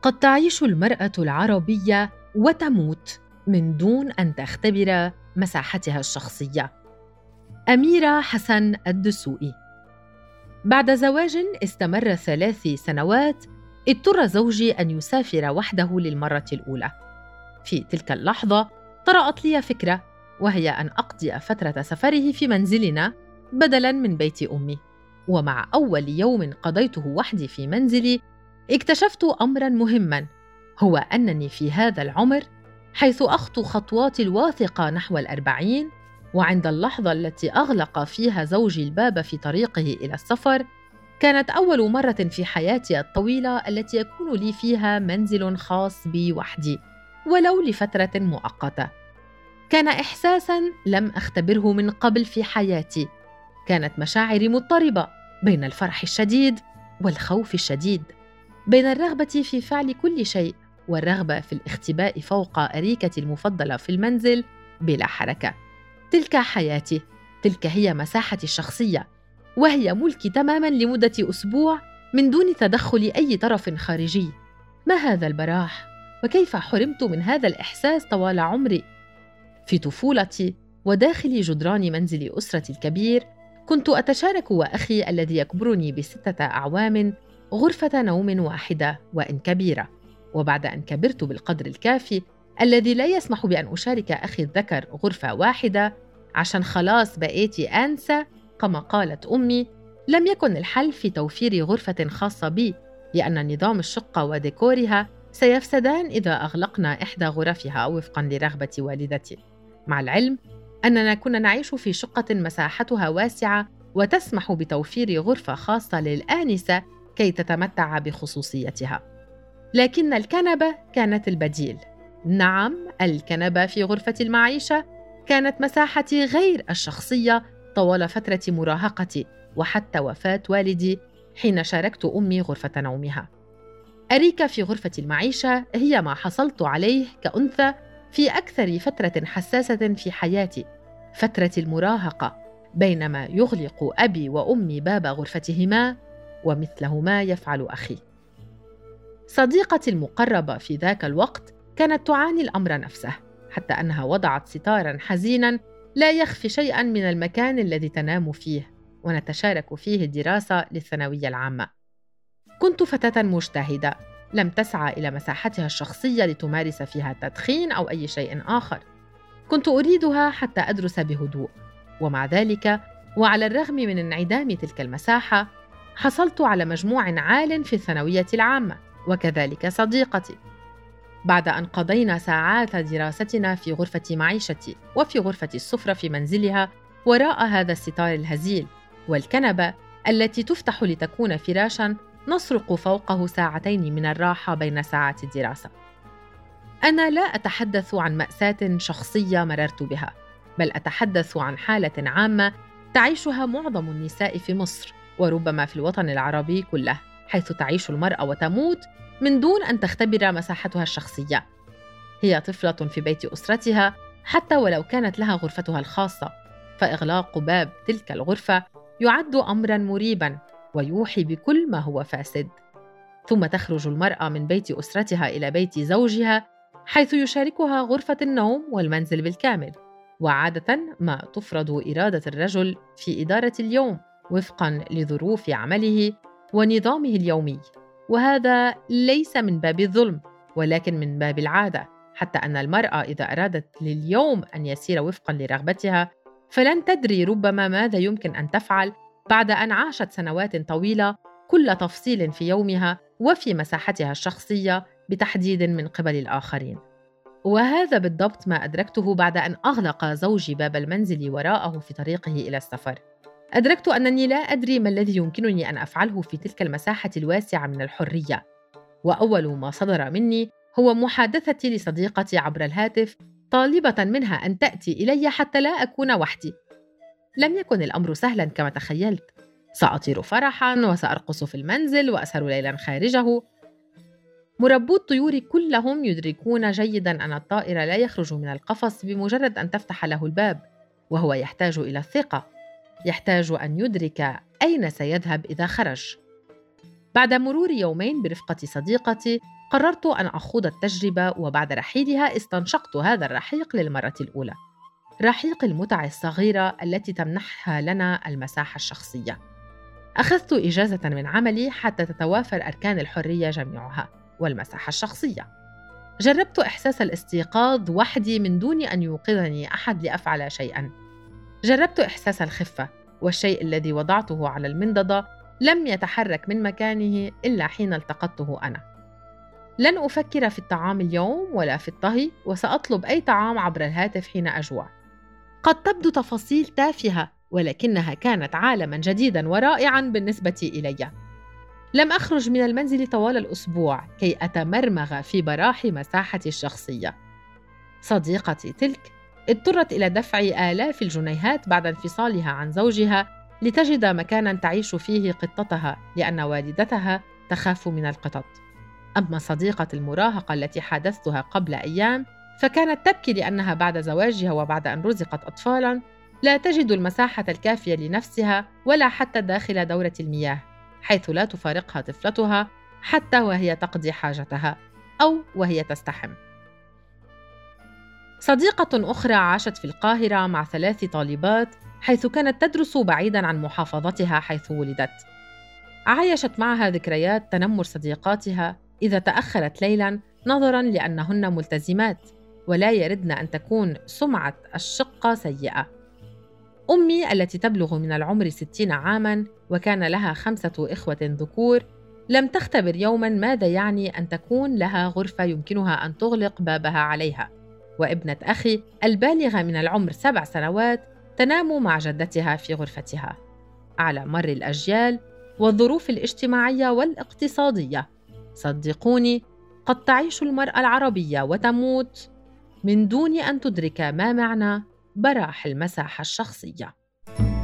قد تعيش المرأة العربية وتموت من دون أن تختبر مساحتها الشخصية. أميرة حسن الدسوقي. بعد زواج استمر 3 سنوات، اضطر زوجي أن يسافر وحده للمرة الأولى. في تلك اللحظة طرأت لي فكرة، وهي أن أقضي فترة سفره في منزلنا بدلاً من بيت أمي. ومع أول يوم قضيته وحدي في منزلي، اكتشفت أمراً مهماً، هو أنني في هذا العمر، حيث أخطو خطواتي الواثقة نحو 40، وعند اللحظة التي أغلق فيها زوجي الباب في طريقه إلى السفر، كانت أول مرة في حياتي الطويلة التي يكون لي فيها منزل خاص بي وحدي، ولو لفترة مؤقتة. كان إحساساً لم أختبره من قبل في حياتي. كانت مشاعري مضطربة بين الفرح الشديد والخوف الشديد، بين الرغبة في فعل كل شيء والرغبة في الاختباء فوق أريكتي المفضلة في المنزل بلا حركة. تلك حياتي، تلك هي مساحتي الشخصية، وهي ملكي تماماً لمدة أسبوع من دون تدخل أي طرف خارجي. ما هذا البراح؟ وكيف حرمت من هذا الإحساس طوال عمري؟ في طفولتي وداخل جدران منزل أسرتي الكبير، كنت أتشارك وأخي الذي يكبرني ب6 أعوام غرفة نوم واحدة وإن كبيرة. وبعد أن كبرت بالقدر الكافي الذي لا يسمح بأن أشارك أخي الذكر غرفة واحدة عشان خلاص بقيتي أنسة كما قالت أمي، لم يكن الحل في توفير غرفة خاصة بي، لأن نظام الشقة وديكورها سيفسدان إذا أغلقنا إحدى غرفها وفقاً لرغبة والدتي. مع العلم أننا كنا نعيش في شقة مساحتها واسعة وتسمح بتوفير غرفة خاصة للآنسة كي تتمتع بخصوصيتها. لكن الكنبة كانت البديل. نعم، الكنبة في غرفة المعيشة كانت مساحتي غير الشخصية طوال فترة مراهقتي وحتى وفاة والدي حين شاركت أمي غرفة نومها. أريكة في غرفة المعيشة هي ما حصلت عليه كأنثى في أكثر فترة حساسة في حياتي، فترة المراهقة، بينما يغلق أبي وأمي باب غرفتهما ومثلهما يفعل أخي. صديقتي المقربة في ذاك الوقت كانت تعاني الأمر نفسه، حتى أنها وضعت ستاراً حزيناً لا يخفي شيئاً من المكان الذي تنام فيه، ونتشارك فيه الدراسة للثانوية العامة. كنت فتاة مجتهدة لم تسعى إلى مساحتها الشخصية لتمارس فيها التدخين أو أي شيء آخر. كنت أريدها حتى أدرس بهدوء، ومع ذلك وعلى الرغم من انعدام تلك المساحة، حصلت على مجموع عال في الثانوية العامة، وكذلك صديقتي. بعد أن قضينا ساعات دراستنا في غرفة معيشتي وفي غرفة السفرة في منزلها وراء هذا الستار الهزيل والكنبة التي تفتح لتكون فراشاً نسرق فوقه ساعتين من الراحة بين ساعات الدراسة. أنا لا أتحدث عن مأساة شخصية مررت بها، بل أتحدث عن حالة عامة تعيشها معظم النساء في مصر وربما في الوطن العربي كله، حيث تعيش المرأة وتموت من دون أن تختبر مساحتها الشخصية. هي طفلة في بيت أسرتها حتى ولو كانت لها غرفتها الخاصة، فإغلاق باب تلك الغرفة يعد أمراً مريباً ويوحي بكل ما هو فاسد. ثم تخرج المرأة من بيت أسرتها إلى بيت زوجها، حيث يشاركها غرفة النوم والمنزل بالكامل، وعادة ما تفرض إرادة الرجل في إدارة اليوم وفقاً لظروف عمله ونظامه اليومي، وهذا ليس من باب الظلم ولكن من باب العادة، حتى أن المرأة إذا أرادت لليوم أن يسير وفقاً لرغبتها فلن تدري ربما ماذا يمكن أن تفعل بعد أن عاشت سنوات طويلة كل تفصيل في يومها وفي مساحتها الشخصية بتحديد من قبل الآخرين. وهذا بالضبط ما أدركته بعد أن أغلق زوجي باب المنزل وراءه في طريقه إلى السفر. أدركت أنني لا أدري ما الذي يمكنني أن أفعله في تلك المساحة الواسعة من الحرية، وأول ما صدر مني هو محادثتي لصديقتي عبر الهاتف طالبة منها أن تأتي إلي حتى لا أكون وحدي. لم يكن الأمر سهلاً كما تخيلت. سأطير فرحاً وسأرقص في المنزل وأسهر ليلاً خارجه. مربو الطيور كلهم يدركون جيداً أن الطائر لا يخرج من القفص بمجرد أن تفتح له الباب، وهو يحتاج إلى الثقة، يحتاج أن يدرك أين سيذهب إذا خرج. بعد مرور يومين برفقة صديقتي قررت أن أخوض التجربة، وبعد رحيلها استنشقت هذا الرحيق للمرة الأولى، رحيق المتع الصغيرة التي تمنحها لنا المساحة الشخصية. أخذت إجازة من عملي حتى تتوافر أركان الحرية جميعها والمساحة الشخصية. جربت إحساس الاستيقاظ وحدي من دون أن يوقظني أحد لأفعل شيئاً. جربت إحساس الخفة، والشيء الذي وضعته على المنضدة لم يتحرك من مكانه إلا حين التقطته أنا. لن أفكر في الطعام اليوم ولا في الطهي، وسأطلب أي طعام عبر الهاتف حين أجوع. قد تبدو تفاصيل تافهة، ولكنها كانت عالماً جديداً ورائعاً بالنسبة إلي. لم أخرج من المنزل طوال الأسبوع كي أتمرمغ في براح مساحتي الشخصية. صديقتي تلك اضطرت إلى دفع آلاف الجنيهات بعد انفصالها عن زوجها لتجد مكاناً تعيش فيه قطتها، لأن والدتها تخاف من القطط. أما صديقة المراهقة التي حادثتها قبل أيام فكانت تبكي لأنها بعد زواجها وبعد أن رزقت أطفالاً لا تجد المساحة الكافية لنفسها ولا حتى داخل دورة المياه، حيث لا تفارقها طفلتها حتى وهي تقضي حاجتها أو وهي تستحم. صديقة أخرى عاشت في القاهرة مع 3 طالبات، حيث كانت تدرس بعيداً عن محافظتها حيث ولدت. عايشت معها ذكريات تنمر صديقاتها إذا تأخرت ليلاً نظراً لأنهن ملتزمات ولا يردن أن تكون سمعة الشقة سيئة. أمي التي تبلغ من العمر 60 عاماً وكان لها 5 إخوة ذكور لم تختبر يوماً ماذا يعني أن تكون لها غرفة يمكنها أن تغلق بابها عليها، وابنة أخي البالغة من العمر 7 سنوات تنام مع جدتها في غرفتها. على مر الأجيال والظروف الاجتماعية والاقتصادية، صدقوني قد تعيش المرأة العربية وتموت من دون أن تدرك ما معنى براح المساحة الشخصية.